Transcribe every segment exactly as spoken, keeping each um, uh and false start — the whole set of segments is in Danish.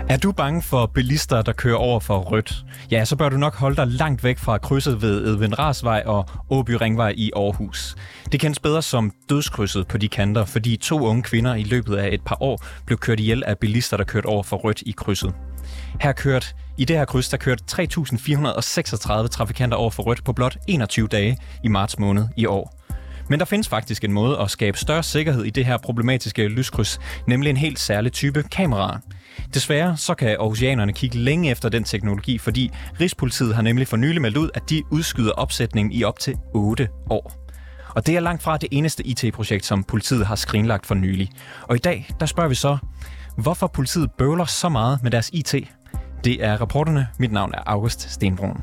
Er du bange for bilister, der kører over for rødt? Ja, så bør du nok holde dig langt væk fra krydset ved Edvind Rasvej og Åby Ringvej i Aarhus. Det kendes bedre som dødskrydset på de kanter, fordi to unge kvinder i løbet af et par år blev kørt ihjel af bilister, der kørte over for rødt i krydset. Her kørt, I det her kryds, der kørte tre tusind fire hundrede og seksogtredive trafikanter over for rødt på blot enogtyve dage i marts måned i år. Men der findes faktisk en måde at skabe større sikkerhed i det her problematiske lyskryds, nemlig en helt særlig type kameraer. Desværre så kan aarhusianerne kigge længe efter den teknologi, fordi Rigspolitiet har nemlig for nylig meldt ud, at de udskyder opsætningen i op til otte år. Og det er langt fra det eneste I T-projekt, som politiet har skrinlagt for nylig. Og i dag, der spørger vi så, hvorfor politiet bøvler så meget med deres I T? Det er reporterne. Mit navn er August Stenbrun.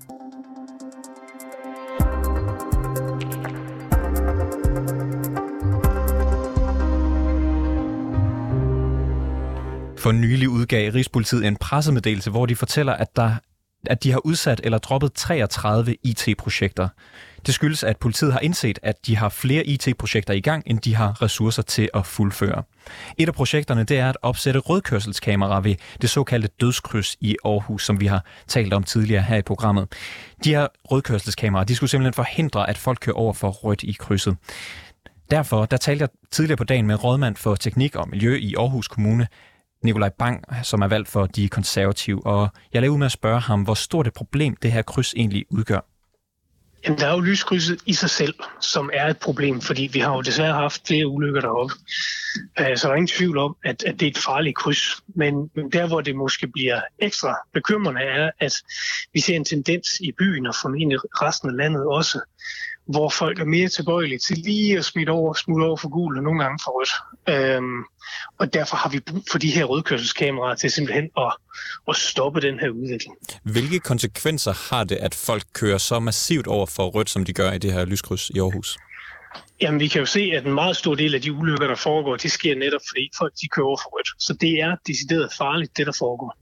For nylig udgav Rigspolitiet en pressemeddelelse, hvor de fortæller, at, der, at de har udsat eller droppet treogtredive I T-projekter. Det skyldes, at politiet har indset, at de har flere I T-projekter i gang, end de har ressourcer til at fuldføre. Et af projekterne det er at opsætte rødkørselskameraer ved det såkaldte dødskryds i Aarhus, som vi har talt om tidligere her i programmet. De her rødkørselskameraer de skulle simpelthen forhindre, at folk kører over for rødt i krydset. Derfor der talte jeg tidligere på dagen med rådmand for teknik og miljø i Aarhus Kommune, Nikolaj Bang, som er valgt for De Konservative, og jeg lavede ud med at spørge ham, hvor stort et problem det her kryds egentlig udgør. Jamen, der er jo lyskrydset i sig selv, som er et problem, fordi vi har jo desværre haft flere ulykker deroppe. Så der er ingen tvivl om, at, at det er et farligt kryds. Men, men der, hvor det måske bliver ekstra bekymrende, er, at vi ser en tendens i byen og formentlig resten af landet også, hvor folk er mere tilbøjelige til lige at smitte over, smutte over for gul og nogle gange for rødt. Øhm, og derfor har vi brug for de her rødkørselskameraer til simpelthen at, at stoppe den her udvikling. Hvilke konsekvenser har det, at folk kører så massivt over for rødt, som de gør i det her lyskryds i Aarhus? Jamen, vi kan jo se, at en meget stor del af de ulykker, der foregår, det sker netop, fordi folk de kører over for rødt. Så det er decideret farligt, det der foregår.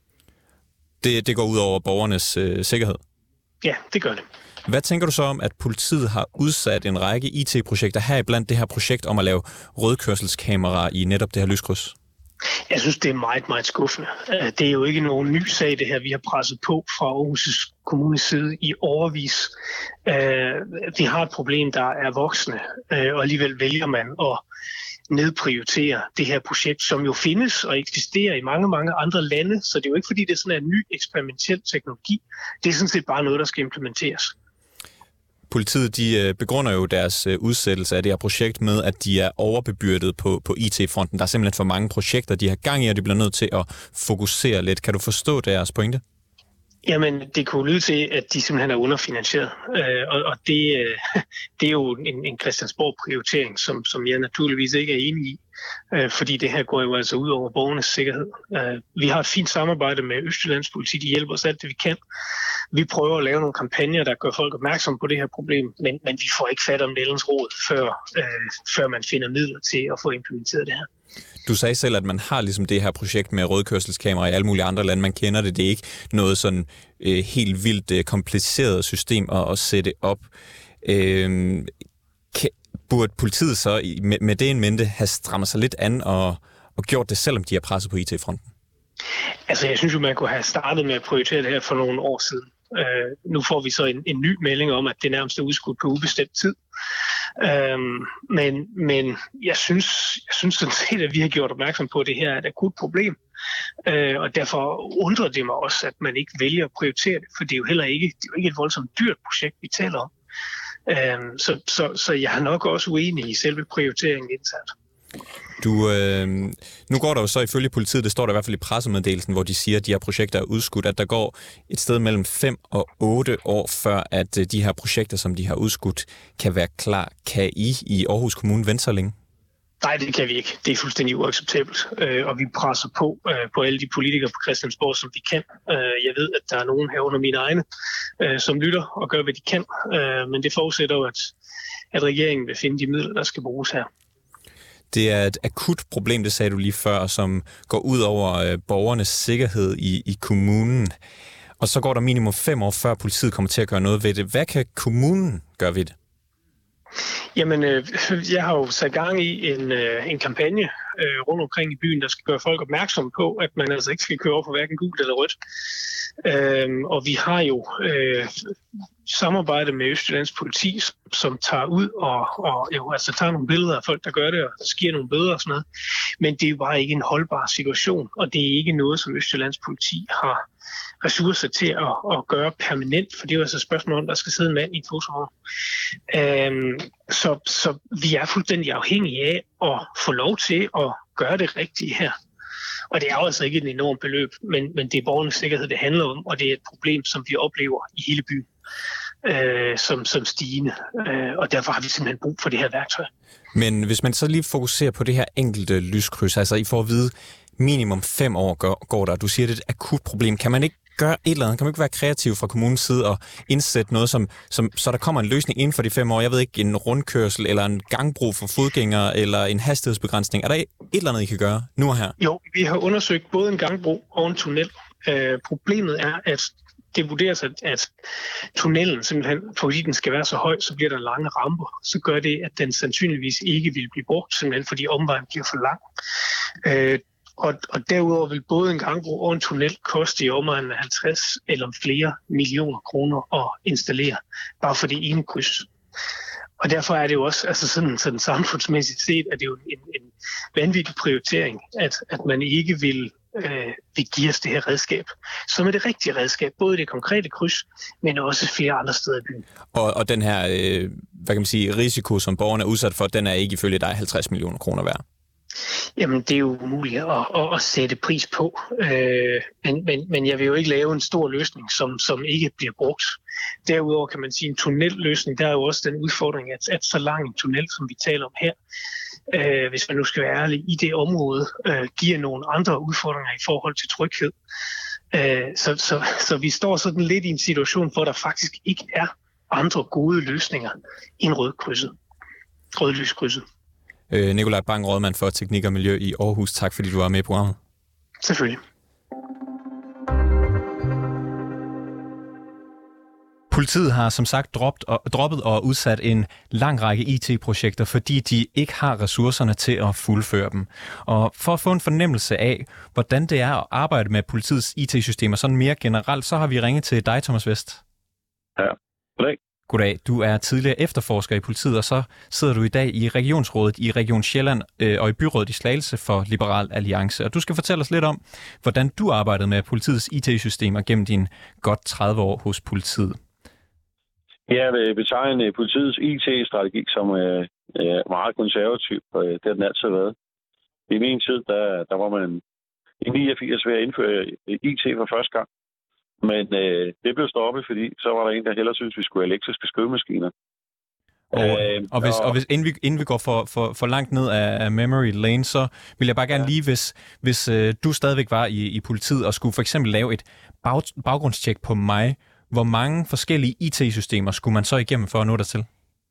Det, det går ud over borgernes øh, sikkerhed? Ja, det gør det. Hvad tænker du så om, at politiet har udsat en række I T-projekter heriblandt det her projekt om at lave rødkørselskameraer i netop det her lyskryds? Jeg synes, det er meget, meget skuffende. Det er jo ikke nogen ny sag, det her. Vi har presset på fra Aarhus Kommunes side i årevis. Vi har et problem, der er voksende, og alligevel vælger man at nedprioritere det her projekt, som jo findes og eksisterer i mange, mange andre lande. Så det er jo ikke, fordi det er sådan en ny eksperimentel teknologi. Det er sådan set bare noget, der skal implementeres. Politiet de begrunder jo deres udsættelse af det her projekt med, at de er overbebyrdet på, på I T-fronten. Der er simpelthen for mange projekter, de har gang i, og de bliver nødt til at fokusere lidt. Kan du forstå deres pointe? Jamen, det kunne lyde til, at de simpelthen er underfinansieret. Øh, og og det, øh, det er jo en, en Christiansborg-prioritering, som, som jeg naturligvis ikke er enig i. Øh, fordi det her går jo altså ud over borgernes sikkerhed. Øh, vi har et fint samarbejde med Østjyllands politi. De hjælper os alt det, vi kan. Vi prøver at lave nogle kampagner, der gør folk opmærksom på det her problem. Men, men vi får ikke fat om nældens rod, før, øh, før man finder midler til at få implementeret det her. Du sagde selv, at man har ligesom det her projekt med rødkørselskameraer i alle mulige andre lande. Man kender det. Det er ikke noget sådan øh, helt vildt øh, kompliceret system at, at sætte op. Øh, kan, burde politiet så med, med det en mente have strammet sig lidt an og, og gjort det, selvom de har presset på I T-fronten? Altså, jeg synes jo, man kunne have startet med at prioritere det her for nogle år siden. Uh, nu får vi så en, en ny melding om, at det nærmest er udskudt på ubestemt tid. Uh, men, men jeg synes, jeg synes sådan set, at vi har gjort opmærksom på, at det her er et akut problem. Uh, og derfor undrer det mig også, at man ikke vælger at prioritere det, for det er jo heller ikke, det er jo ikke et voldsomt dyrt projekt, vi taler om. Uh, så, så, så jeg er nok også uenig i selve prioriteringen internt. Du, øh, nu går der jo så ifølge politiet, det står der i hvert fald i pressemeddelelsen, hvor de siger, at de her projekter er udskudt, at der går et sted mellem fem og otte år, før at de her projekter, som de har udskudt, kan være klar. Kan I i Aarhus Kommune vente så længe? Nej, det kan vi ikke. Det er fuldstændig uacceptabelt, og vi presser på på alle de politikere på Christiansborg, som vi kan. Jeg ved, at der er nogen her under mine egne, som lytter og gør, hvad de kan, men det forudsætter jo, at, at regeringen vil finde de midler, der skal bruges her. Det er et akut problem, det sagde du lige før, som går ud over øh, borgernes sikkerhed i, i kommunen. Og så går der minimum fem år, før politiet kommer til at gøre noget ved det. Hvad kan kommunen gøre ved det? Jamen, øh, jeg har jo sat gang i en, øh, en kampagne øh, rundt omkring i byen, der skal gøre folk opmærksom på, at man altså ikke skal køre over for hverken gult eller rødt. Øhm, og vi har jo øh, samarbejde med Østjyllands politi, som tager ud og, og jo, altså, tager nogle billeder af folk, der gør det, og sker nogle bøder og sådan noget. Men det er jo bare ikke en holdbar situation, og det er ikke noget, som Østjyllands politi har ressourcer til at, at gøre permanent, for det er jo altså et spørgsmål om, der skal sidde en mand i en fotovogn. Øhm, så, så vi er fuldstændig afhængige af at få lov til at gøre det rigtige her. Og det er jo altså ikke et enormt beløb, men, men det er borgernes sikkerhed, det handler om, og det er et problem, som vi oplever i hele byen øh, som, som stigende. Øh, og derfor har vi simpelthen brug for det her værktøj. Men hvis man så lige fokuserer på det her enkelte lyskryds, altså I får at vide, minimum fem år går, går der, du siger, det er et akut problem. Kan man ikke gøre et eller andet? Kan man ikke være kreativ fra kommunens side og indsætte noget, som, som, så der kommer en løsning inden for de fem år? Jeg ved ikke, en rundkørsel eller en gangbro for fodgængere eller en hastighedsbegrænsning. Er der et eller andet, I kan gøre nu og her? Jo, vi har undersøgt både en gangbro og en tunnel. Øh, problemet er, at det vurderes, at, at tunnelen simpelthen, fordi den skal være så høj, så bliver der lange ramper. Så gør det, at den sandsynligvis ikke vil blive brugt, simpelthen fordi omvejen bliver for lang. Øh, Og, og derudover vil både en gangbro og en tunnel koste i omegnen af halvtreds eller flere millioner kroner at installere, bare for det ene kryds. Og derfor er det jo også, altså sådan, sådan samfundsmæssigt set, at det er jo en, en vanvittig prioritering, at, at man ikke vil, øh, vil give os det her redskab, som er det rigtige redskab, både det konkrete kryds, men også flere andre steder i byen. Og, og den her, øh, hvad kan man sige, risiko, som borgerne er udsat for, den er ikke ifølge dig halvtreds millioner kroner værd? Jamen, det er jo umuligt at, at, at sætte pris på, øh, men, men, men jeg vil jo ikke lave en stor løsning, som, som ikke bliver brugt. Derudover kan man sige, en tunnelløsning, der er jo også den udfordring, at, at så lang en tunnel, som vi taler om her, øh, hvis man nu skal være ærlig, i det område, øh, giver nogle andre udfordringer i forhold til tryghed. Øh, så, så, så vi står sådan lidt i en situation, hvor der faktisk ikke er andre gode løsninger end rødkrydset, rødlyskrydset. Øh, Nikolaj Bang, rådmand for teknik og miljø i Aarhus. Tak fordi du var med i programmet. Selvfølgelig. Politiet har som sagt droppet og, droppet og udsat en lang række I T-projekter, fordi de ikke har ressourcerne til at fuldføre dem. Og for at få en fornemmelse af, hvordan det er at arbejde med politiets I T-systemer sådan mere generelt, så har vi ringet til dig, Thomas West. Ja, goddag. Goddag. Du er tidligere efterforsker i politiet, og så sidder du i dag i Regionsrådet i Region Sjælland øh, og i byrådet i Slagelse for Liberal Alliance. Og du skal fortælle os lidt om, hvordan du arbejdede med politiets I T-systemer gennem din godt tredive år hos politiet. Jeg vil betegne politiets I T-strategi som øh, meget konservativ, og det har den altid været. I min tid, der, der var man i niogfirs ved at indføre I T for første gang. Men øh, det blev stoppet, fordi så var der en, der hellere synes, vi skulle have elektriske skrivemaskiner. Og, øh, og, hvis, og... og hvis, inden, vi, inden vi går for, for, for langt ned af, af memory lane, så vil jeg bare gerne ja. lige, hvis, hvis øh, du stadigvæk var i, i politiet og skulle for eksempel lave et bag, baggrundstjek på mig, hvor mange forskellige I T-systemer skulle man så igennem for at nå dertil?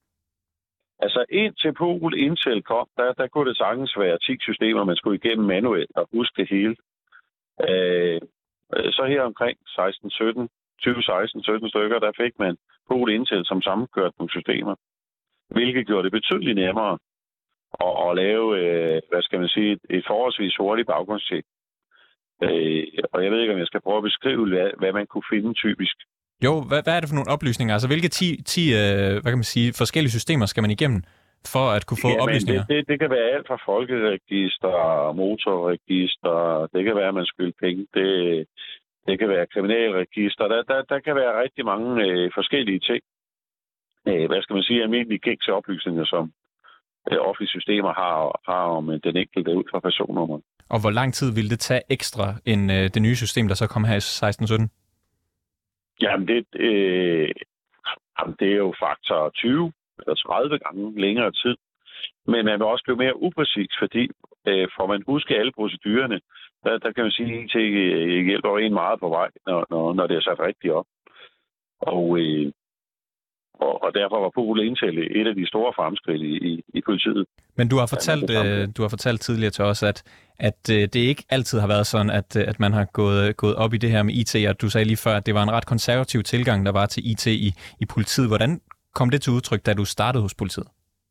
Altså indtil Pol Intel kom, der, der kunne det sagtens være ti systemer, man skulle igennem manuelt og huske det hele. Øh, Så her omkring seksten sytten, tyve seksten sytten stykker, der fik man Pol Intel som sammenkørte nogle systemer, hvilket gjorde det betydeligt nemmere at, at lave, øh, hvad skal man sige, et, et forholdsvis hurtigt baggrundstjek. Øh, og jeg ved ikke, om jeg skal prøve at beskrive, hvad, hvad man kunne finde typisk. Jo, hvad, hvad er det for nogle oplysninger? Altså, hvilke ti, ti øh, hvad kan man sige, forskellige systemer skal man igennem for at kunne få ja, oplysninger? Det, det, det kan være alt fra folkeregister, motorregister, det kan være, at man skylder penge, det, det kan være kriminalregister. Der, der, der kan være rigtig mange øh, forskellige ting. Øh, hvad skal man sige, almindelige gængse oplysninger, som øh, offentlige systemer har, har om den enkelte ud fra personnummer. Og hvor lang tid ville det tage ekstra end øh, det nye system, der så kom her i seksten sytten? Jamen, det, øh, jamen, det er jo faktor tyve eller tredive gange længere tid. Men man vil også blive mere upræcis, fordi øh, får man huske alle procedurerne, der, der kan man sige, at I T hjælper en meget på vej, når, når, når det er sat rigtigt op. Og, øh, og, og derfor var Pol Intel et af de store fremskridt i, i, i politiet. Men du har fortalt, øh, du har fortalt tidligere til os, at, at øh, det ikke altid har været sådan, at, at man har gået, gået op i det her med I T, og du sagde lige før, at det var en ret konservativ tilgang, der var til I T i, i politiet. Hvordan kom det til udtryk, da du startede hos politiet?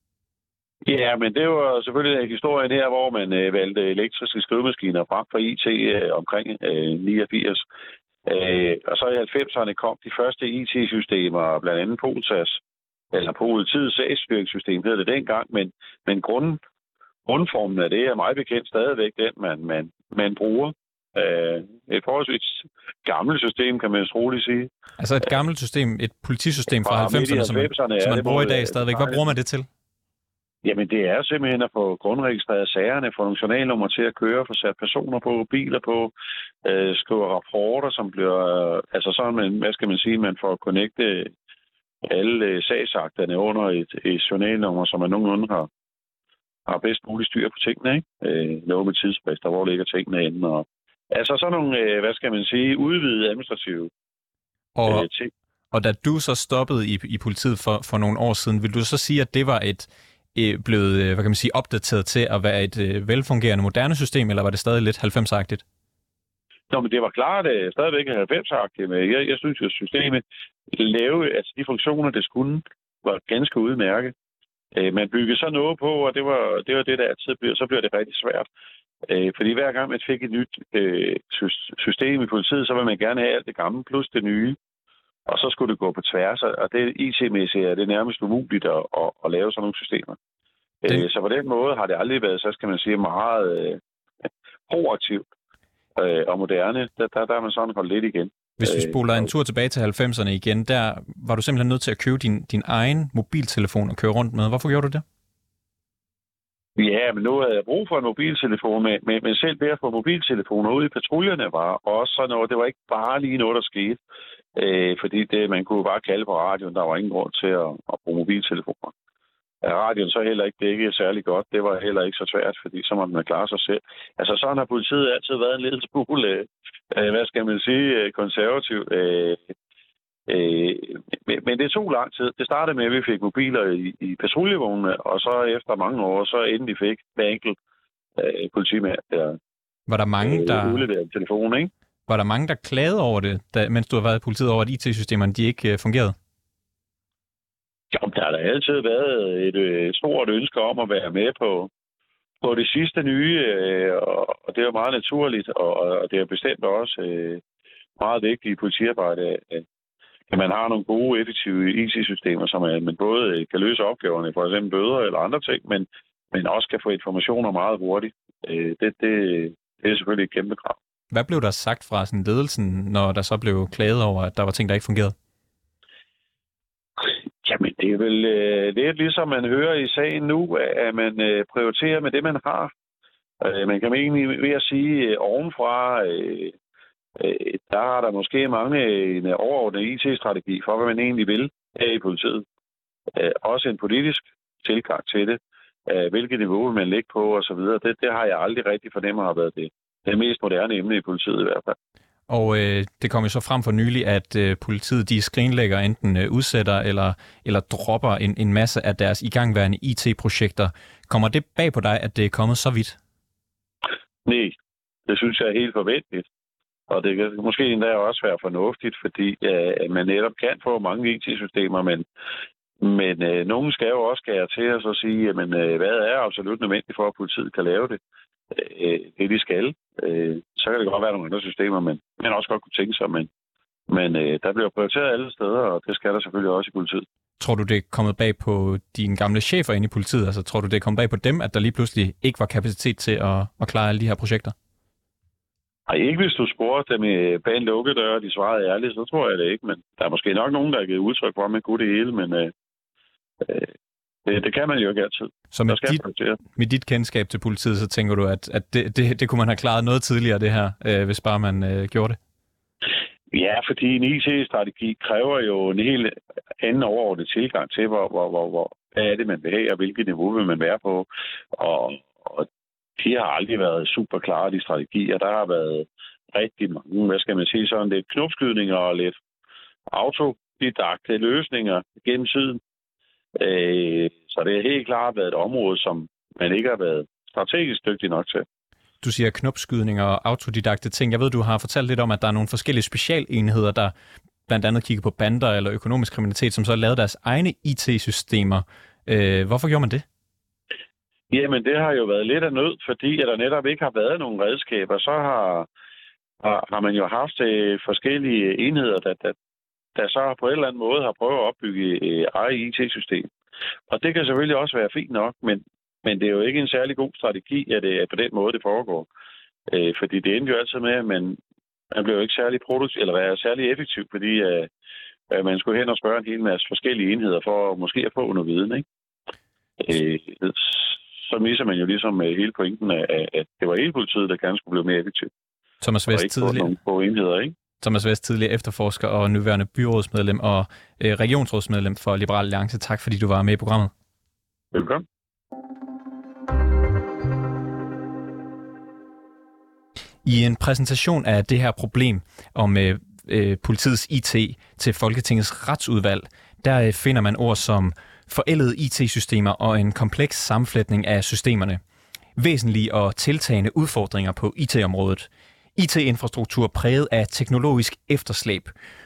Ja, men det var selvfølgelig historien her, hvor man øh, valgte elektriske skrivemaskiner frem for I T øh, omkring øh, niogfirs. Øh, og så i halvfemserne kom de første I T-systemer, blandt andet Polsas, eller politiets sagsstyringssystem hed det dengang, men, men grund, grundformen af det er meget bekendt stadigvæk den, man, man, man bruger. Øh, et forholdsvis gammelt system, kan man troligt sige. Altså et gammelt system, et politisystem fra, fra halvfemserne, som, halvfemserne, som man ja, bruger i dag må, stadigvæk. Hvad bruger man det til? Jamen, det er simpelthen at få grundregistreret sagerne, få nogle journalnummer til at køre, få sat personer på, biler på, øh, skrive rapporter, som bliver... Øh, altså sådan, man, hvad skal man sige, man får connecte alle øh, sagsakterne under et, et journalnummer, som man nogenlunde har, har bedst muligt styr på tingene, ikke? Øh, noget med tidsfrister, hvor ligger tingene inde, og altså sådan nogle, øh, hvad skal man sige, udvidede administrative og, øh, ting. Og da du så stoppede i, i politiet for, for nogle år siden, vil du så sige, at det var et øh, blevet, hvad kan man sige, opdateret til at være et øh, velfungerende moderne system, eller var det stadig lidt halvfemsagtigt? Nå, men det var klart, at stadigvæk er halvfemsagtigt, men jeg, jeg synes jo, at systemet lavede, altså de funktioner, det skulle, var ganske udmærket. Øh, man byggede så noget på, og det var det, var det der altid blev, så blev det rigtig svært. Øh, fordi hver gang man fik et nyt øh, system i politiet, så ville man gerne have alt det gamle plus det nye. Og så skulle det gå på tværs, og det I T-mæssigt er det nærmest umuligt at, at, at lave sådan nogle systemer. Det... Øh, så på den måde har det aldrig været, så skal man sige, meget øh, proaktivt øh, og moderne. Der, der, der er man sådan holdt lidt igen. Hvis vi spoler en tur tilbage til halvfemserne igen, der var du simpelthen nødt til at købe din, din egen mobiltelefon og køre rundt med. Hvorfor gjorde du det? Ja, men nu havde jeg brug for en mobiltelefon, men, men, men selv ved at få mobiltelefoner ude i patruljerne var også sådan noget, det var ikke bare lige noget, der skete. Øh, fordi det, man kunne bare kalde på radioen, der var ingen grund til at, at bruge mobiltelefoner. Er radioen så heller ikke dækket særlig godt, det var heller ikke så svært, fordi så må man klare sig selv. Altså sådan har politiet altid været en lille smule, øh, hvad skal man sige, konservativ. Øh, øh, men, men det tog lang tid. Det startede med, at vi fik mobiler i, i patruljevognene, og så efter mange år, så endelig fik hver enkelt øh, politimand, der var der mange, der udleverede telefonen, ikke? Var der mange, der klagede over det, da, mens du har været i politiet, over, at I T-systemerne de ikke uh, fungerede? Jo, der har da altid været et, et stort ønske om at være med på, på det sidste nye, øh, og det er meget naturligt, og, og det er bestemt også øh, meget vigtigt i politiarbejde, at man har nogle gode, effektive I T-systemer, som man både kan løse opgaverne, for eksempel bøder eller andre ting, men, men også kan få informationer meget hurtigt. Øh, det, det, det er selvfølgelig et kæmpe krav. Hvad blev der sagt fra sådan ledelsen, når der så blev klaget over, at der var ting, der ikke fungerede? Jamen, det er vel øh, lidt ligesom man hører i sagen nu, at man øh, prioriterer med det, man har. Øh, man kan egentlig ved at sige øh, ovenfra, øh, øh, der er der måske mange en overordnet I T-strategi for, hvad man egentlig vil her i politiet. Øh, også en politisk tilgang til det. Øh, hvilket niveau vil man lægge på osv. Det, det har jeg aldrig rigtig fornemmet har været det. Det mest moderne emne i politiet i hvert fald. Og øh, det kom jo så frem for nylig, at øh, politiet de skrinlægger enten øh, udsætter eller, eller dropper en, en masse af deres igangværende I T-projekter. Kommer det bag på dig, at det er kommet så vidt? Nej, det synes jeg er helt forventeligt. Og det kan måske endda også være fornuftigt, fordi øh, man netop kan få mange I T-systemer, men, men øh, nogen skal jo også skære til at så sige, jamen, øh, hvad er absolut nødvendigt for, at politiet kan lave det? Øh, det de skal. Øh, så kan det godt være nogle andre systemer, men man også godt kunne tænke sig, men, men øh, der bliver prioriteret alle steder, og det skal der selvfølgelig også i politiet. Tror du, det er kommet bag på dine gamle chefer inde i politiet? Altså, tror du, det er kommet bag på dem, at der lige pludselig ikke var kapacitet til at, at klare alle de her projekter? Nej, ikke hvis du spurgte dem bag en lukket dør, og de svarede ærligt, så tror jeg det ikke, men der er måske nok nogen, der har givet udtryk for, at man kunne det hele, men øh, øh, Det, det kan man jo ikke altid. Så med dit, med dit kendskab til politiet, så tænker du, at, at det, det, det kunne man have klaret noget tidligere, det her, øh, hvis bare man øh, gjorde det? Ja, fordi en I T-strategi kræver jo en helt anden overordnet tilgang til, hvor, hvor, hvor, hvor, hvad er det, man vil have, og hvilket niveau vil man være på. Og, og de har aldrig været super klare, de strategier. Der har været rigtig mange, hvad skal man sige, sådan lidt knopskydninger og lidt autodidakte løsninger gennem tiden. Så det har helt klart været et område, som man ikke har været strategisk dygtig nok til. Du siger knopskydninger og autodidakte ting. Jeg ved, du har fortalt lidt om, at der er nogle forskellige specialenheder, der blandt andet kigget på bander eller økonomisk kriminalitet, som så lavede deres egne I T-systemer. Øh, hvorfor gjorde man det? Jamen, det har jo været lidt af nød, fordi at der netop ikke har været nogen redskaber. Så har, har, har man jo haft øh, forskellige enheder, der, der, der så på en eller anden måde har prøvet at opbygge øh, eget I T-system. Og det kan selvfølgelig også være fint nok, men, men det er jo ikke en særlig god strategi, at det er på den måde, det foregår. Øh, fordi det endte jo altid med, at man, man blev jo ikke særlig produktiv, eller være særlig effektiv, fordi øh, man skulle hen og spørge en hel masse forskellige enheder for måske at få noget viden, ikke? Øh, så misser man jo ligesom hele pointen af, at det var hele politiet, der gerne skulle blive mere effektivt. Thomas Vest, tidligere. På enheder, ikke? Thomas Vest, tidligere efterforsker og nuværende byrådsmedlem og øh, regionsrådsmedlem for Liberal Alliance. Tak fordi du var med i programmet. Velkommen. I en præsentation af det her problem om øh, øh, politiets I T til Folketingets retsudvalg, der øh, finder man ord som forældede I T-systemer og en kompleks sammenflætning af systemerne. Væsentlige og tiltagende udfordringer på I T-området. I T-infrastruktur præget af teknologisk efterslæb.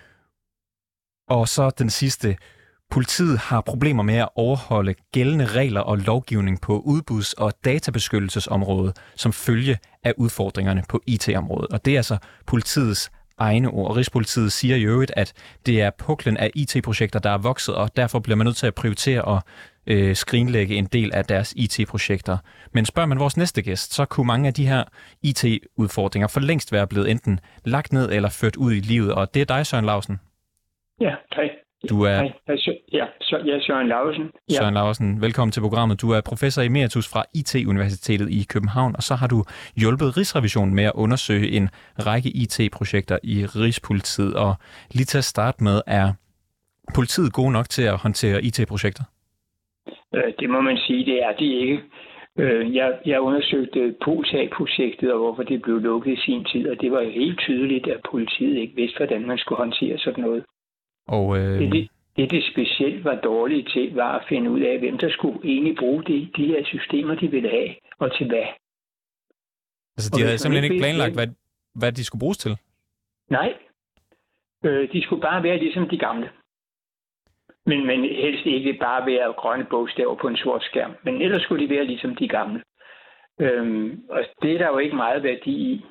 Og så den sidste. Politiet har problemer med at overholde gældende regler og lovgivning på udbuds- og databeskyttelsesområdet som følge af udfordringerne på I T-området. Og det er altså politiets egne ord. Rigspolitiet siger i øvrigt, at det er puklen af I T-projekter, der er vokset, og derfor bliver man nødt til at prioritere og øh, skrinlægge en del af deres I T-projekter. Men spørger man vores næste gæst, så kunne mange af de her I T-udfordringer for længst være blevet enten lagt ned eller ført ud i livet. Og det er dig, Søren Lausen. Ja, hej. Du er... Hej. Ja, jeg er Søren Lausen. Ja. Søren Lausen, velkommen til programmet. Du er professor emeritus fra I T-universitetet i København, og så har du hjulpet Rigsrevisionen med at undersøge en række I T-projekter i Rigspolitiet. Og lige til at starte med, er politiet gode nok til at håndtere I T-projekter? Det må man sige, det er de ikke. Jeg, jeg undersøgte Polsag-projektet, og hvorfor det blev lukket i sin tid, og det var helt tydeligt, at politiet ikke vidste, hvordan man skulle håndtere sådan noget. Og, øh... det, det, det specielt var dårligt til, var at finde ud af, hvem der skulle egentlig bruge de, de her systemer, de ville have, og til hvad. Altså, de havde simpelthen ikke planlagt, hvad, hvad de skulle bruges til? Nej. Øh, de skulle bare være ligesom de gamle. Men, men helst ikke bare være grønne bogstaver på en sort skærm. Men ellers skulle de være ligesom de gamle. Øhm, og det er der jo ikke meget værdi i.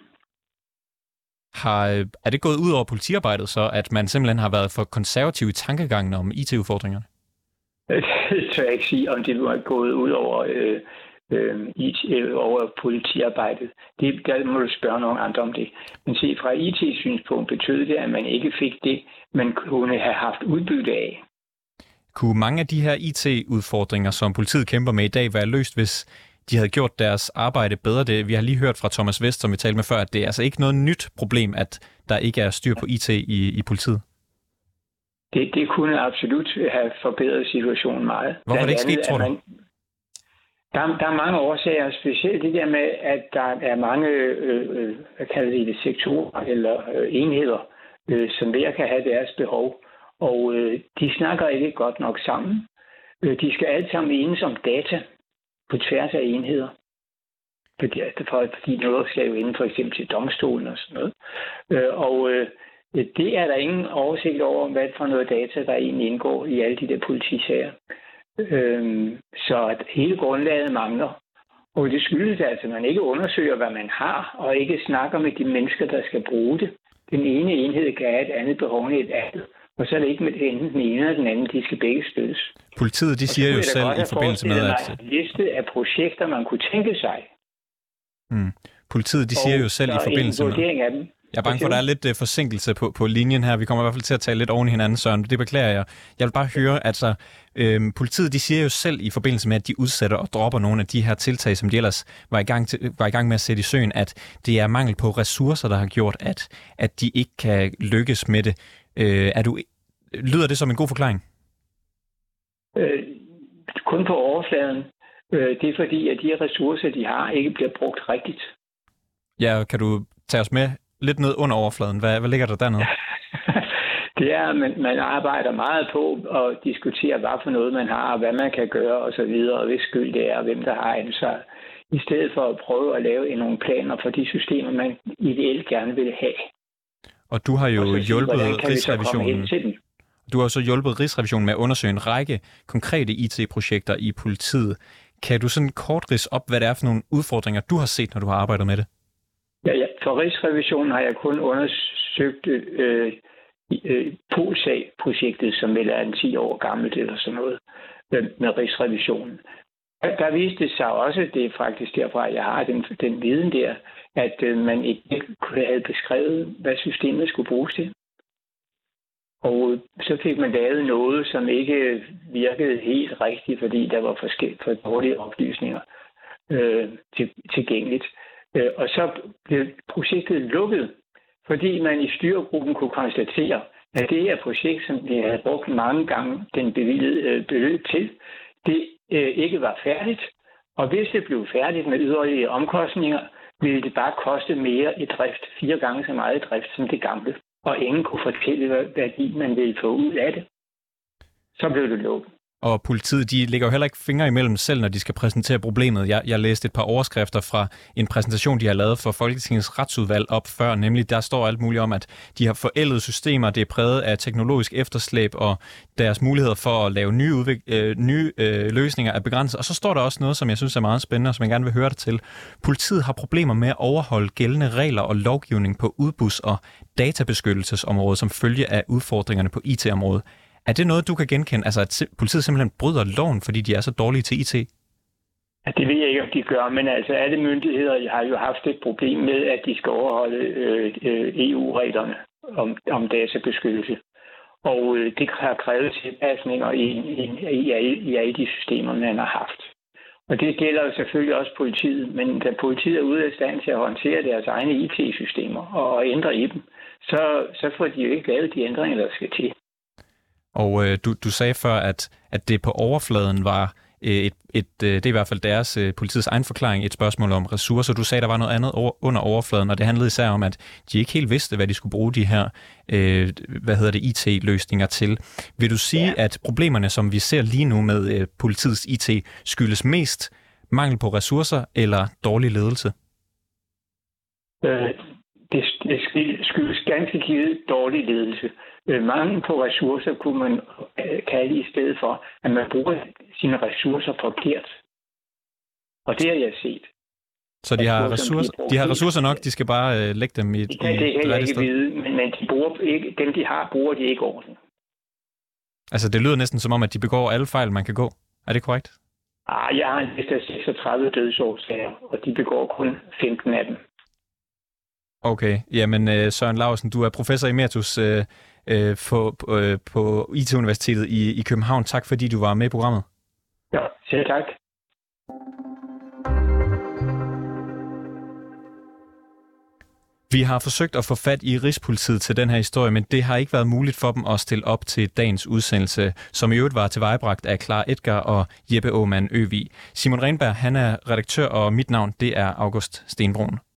Har, er det gået ud over politiarbejdet så, at man simpelthen har været for konservativ i tankegangen om I T-udfordringerne? Det tør jeg ikke sige, om det var gået ud over, øh, øh, I T, øh, over politiarbejdet. Det, der må du spørge nogle andre om det. Men se, fra I T-synspunkt betød det, at man ikke fik det, man kunne have haft udbytte af. Kunne mange af de her I T-udfordringer, som politiet kæmper med i dag, være løst, hvis de havde gjort deres arbejde bedre? Det, vi har lige hørt fra Thomas Vest, som vi talte med før, at det er altså ikke noget nyt problem, at der ikke er styr på I T i, i politiet. Det, det kunne absolut have forbedret situationen meget. Hvorfor er det ikke sket, tror du? Man, der, der er mange årsager, specielt det der med, at der er mange øh, hvad kalder det, sektorer eller øh, enheder, øh, som hver kan have deres behov. Og øh, de snakker ikke godt nok sammen. Øh, de skal alle sammen enes om data på tværs af enheder. Fordi, fordi noget skal jo inde for eksempel til domstolen og sådan noget. Øh, og øh, det er der ingen oversigt over, hvad for noget data, der egentlig indgår i alle de der politisager. Øh, så at hele grundlaget mangler. Og det skyldes altså, at man ikke undersøger, hvad man har, og ikke snakker med de mennesker, der skal bruge det. Den ene enhed kan have et andet behov end et andet. Og så er det ikke med enten den ene eller den anden, de skal begge støttes. Politiet, de siger jo selv i forbindelse med, at... En liste af projekter, man kunne tænke sig. Mm. Politiet, de siger jo selv i forbindelse med... Af dem. Jeg er bange for, at der er lidt uh, forsinkelse på, på linjen her. Vi kommer i hvert fald til at tale lidt oven i hinanden, Søren. Det beklager jeg. Jeg vil bare høre, at altså, øhm, politiet, de siger jo selv i forbindelse med, at de udsætter og dropper nogle af de her tiltag, som de ellers var i gang, til, var i gang med at sætte i søen, at det er mangel på ressourcer, der har gjort, at, at de ikke kan lykkes med det. Øh, er du, lyder det som en god forklaring? Øh, kun på overfladen. Øh, det er fordi, at de ressourcer, de har, ikke bliver brugt rigtigt. Ja, kan du tage os med lidt ned under overfladen? Hvad, hvad ligger der dernede? Det er, at man, man arbejder meget på at diskutere, hvad for noget man har, og hvad man kan gøre osv., og hvis skyld det er, og hvem der har ansvar. I stedet for at prøve at lave nogle planer for de systemer, man ideelt gerne vil have. Og du har jo sige, hjulpet Rigsrevisionen. Du har så hjulpet Rigsrevisionen med at undersøge en række konkrete I T-projekter i politiet. Kan du sådan kort ridse op, hvad det er for nogle udfordringer, du har set, når du har arbejdet med det? Ja, ja. For Rigsrevisionen har jeg kun undersøgt øh, øh, Polsag-projektet, som vel er en ti år gammelt eller sådan noget, øh, med Rigsrevisionen. Der viste det sig også, det er faktisk derfra, jeg har den, den viden der, at øh, man ikke kunne have beskrevet, hvad systemet skulle bruges til. Og så fik man lavet noget, som ikke virkede helt rigtigt, fordi der var forskellige for dårlige oplysninger øh, til, tilgængeligt. Øh, og så blev projektet lukket, fordi man i styregruppen kunne konstatere, at det her projekt, som vi havde brugt mange gange den bevilgede øh, beløb til, det øh, ikke var færdigt. Og hvis det blev færdigt med yderligere omkostninger, ville det bare koste mere i drift, fire gange så meget i drift som det gamle. Og ingen kunne fortælle, hvad værdi man ville få ud af det. Så blev det lukket. Og politiet, de lægger jo heller ikke fingre imellem selv, når de skal præsentere problemet. Jeg, jeg læste et par overskrifter fra en præsentation, de har lavet for Folketingets retsudvalg op før, nemlig der står alt muligt om, at de har forældede systemer, det er præget af teknologisk efterslæb, og deres muligheder for at lave nye, udvik- øh, nye øh, løsninger er begrænset. Og så står der også noget, som jeg synes er meget spændende, og som jeg gerne vil høre dig til. Politiet har problemer med at overholde gældende regler og lovgivning på udbuds- og databeskyttelsesområdet, som følge af udfordringerne på I T-området. Er det noget, du kan genkende? Altså, at politiet simpelthen bryder loven, fordi de er så dårlige til I T? Ja, det ved jeg ikke, om de gør, men altså alle myndigheder har jo haft et problem med, at de skal overholde øh, E U-reglerne om, om databeskyttelse. Og øh, det har krævet tilpasninger i, i, i, i alle de systemer, man har haft. Og det gælder jo selvfølgelig også politiet, men da politiet er ude af stand til at håndtere deres egne I T-systemer og, og ændre i dem, så, så får de jo ikke lavet de ændringer, der skal til. Og øh, du, du sagde før, at, at det på overfladen var øh, et, et, øh, det er i hvert fald deres øh, politiets egen forklaring, et spørgsmål om ressourcer. Du sagde, der var noget andet over, under overfladen, og det handlede især om, at de ikke helt vidste, hvad de skulle bruge de her øh, hvad hedder det, I T-løsninger til. Vil du sige, ja. at problemerne, som vi ser lige nu med øh, politiets I T, skyldes mest mangel på ressourcer eller dårlig ledelse? Øh, det, det skyldes ganske givet dårlig ledelse. Mangel på ressourcer kunne man kalde i stedet for, at man bruger sine ressourcer forkert. Og det har jeg set. Så de har, ressourcer, de har ressourcer nok, de skal bare øh, lægge dem i et Det kan det heller ikke vide, men, men de bruger ikke, dem de har, bruger de ikke ordentligt. Altså det lyder næsten som om, at de begår alle fejl, man kan gå. Er det korrekt? Ah, jeg har en liste af seksogtredive dødsårsager, og de begår kun femten af dem. Okay, jamen øh, Søren Laursen, du er professor emeritus øh, øh, på, øh, på I T-universitetet i, i København. Tak fordi du var med i programmet. Ja, selv tak. Vi har forsøgt at få fat i Rigspolitiet til den her historie, men det har ikke været muligt for dem at stille op til dagens udsendelse, som i øvrigt var tilvejebragt af Clara Edgar og Jeppe Aumann Øvig. Simon Renberg, han er redaktør, og mit navn det er August Stenbroen.